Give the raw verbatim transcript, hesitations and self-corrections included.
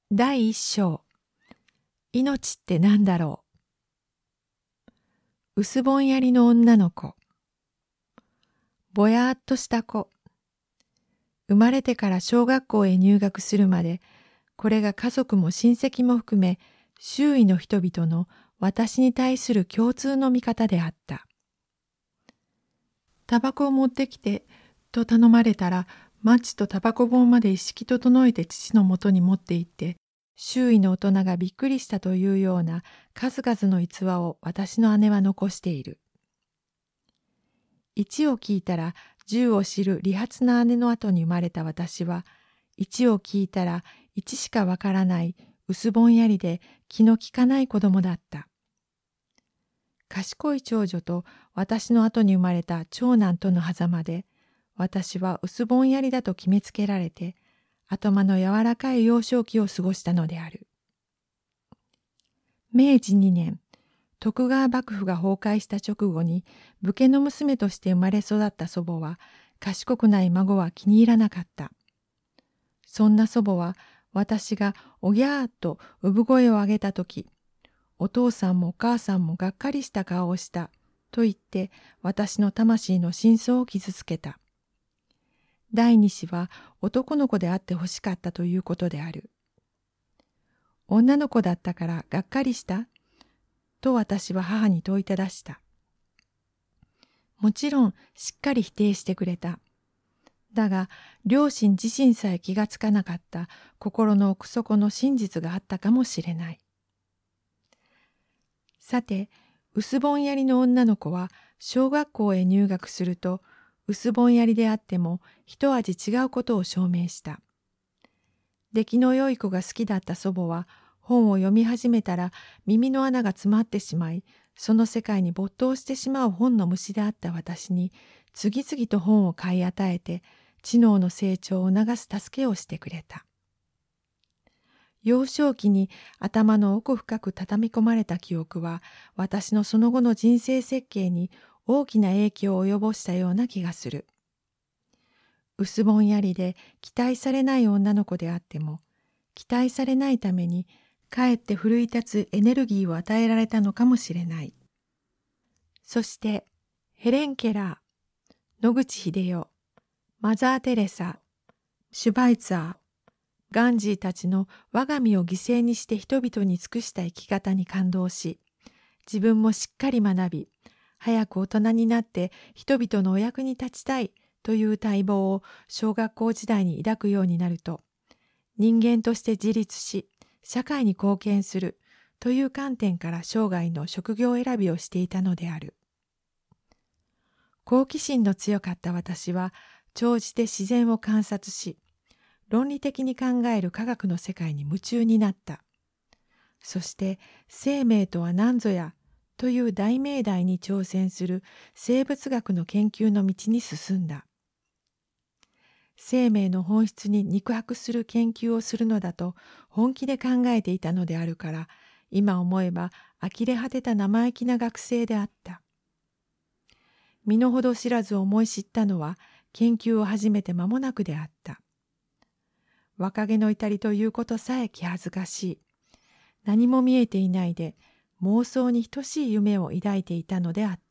第一章、命って何だろう。薄ぼんやりの女の子。ぼやーっとした子。生まれてから小学校へ入学するまで、これが家族も親戚も含め、周囲の人々の私に対する共通の見方であった。タバコを持ってきて、と頼まれたら、マッチとタバコ本まで一式整えて父のもとに持って行って、周囲の大人がびっくりしたというような数々の逸話を私の姉は残している。一を聞いたら十を知る利発な姉の後に生まれた私は、一を聞いたら一しかわからない薄ぼんやりで気の利かない子供だった。賢い長女と私の後に生まれた長男との狭間で、私は薄ぼんやりだと決めつけられて、頭の柔らかい幼少期を過ごしたのである。めいじにねん、徳川幕府が崩壊した直後に武家の娘として生まれ育った祖母は、賢くない孫は気に入らなかった。そんな祖母は、私がおぎゃーっと産声を上げたとき、お父さんもお母さんもがっかりした顔をしたと言って、私の魂の深層を傷つけた。第二子は男の子であってほしかったということである。女の子だったからがっかりしたと私は母に問いただした。もちろんしっかり否定してくれた。だが両親自身さえ気がつかなかった心の奥底の真実があったかもしれない。さて、薄ぼんやりの女の子は小学校へ入学すると、薄ぼんやりであっても一味違うことを証明した。出来の良い子が好きだった祖母は本を読み始めたら耳の穴が詰まってしまい、その世界に没頭してしまう本の虫であった私に次々と本を買い与えて知能の成長を促す助けをしてくれた。幼少期に頭の奥深く畳み込まれた記憶は私のその後の人生設計に大きな影響を及ぼしたような気がする。薄ぼんやりで期待されない女の子であっても、期待されないためにかえって奮い立つエネルギーを与えられたのかもしれない。そしてヘレン・ケラー、野口英世、マザー・テレサ、シュバイツァー、ガンジーたちの我が身を犠牲にして人々に尽くした生き方に感動し、自分もしっかり学び、早く大人になって人々のお役に立ちたいという待望を小学校時代に抱くようになると、人間として自立し、社会に貢献するという観点から生涯の職業選びをしていたのである。好奇心の強かった私は、長じて自然を観察し、論理的に考える科学の世界に夢中になった。そして生命とは何ぞやという大命題に挑戦する生物学の研究の道に進んだ。生命の本質に肉薄する研究をするのだと本気で考えていたのであるから、今思えば呆れ果てた生意気な学生であった。身の程知らず思い知ったのは研究を始めて間もなくであった。若気の至りということさえ気恥ずかしい。何も見えていないで妄想に等しい夢を抱いていたのであった。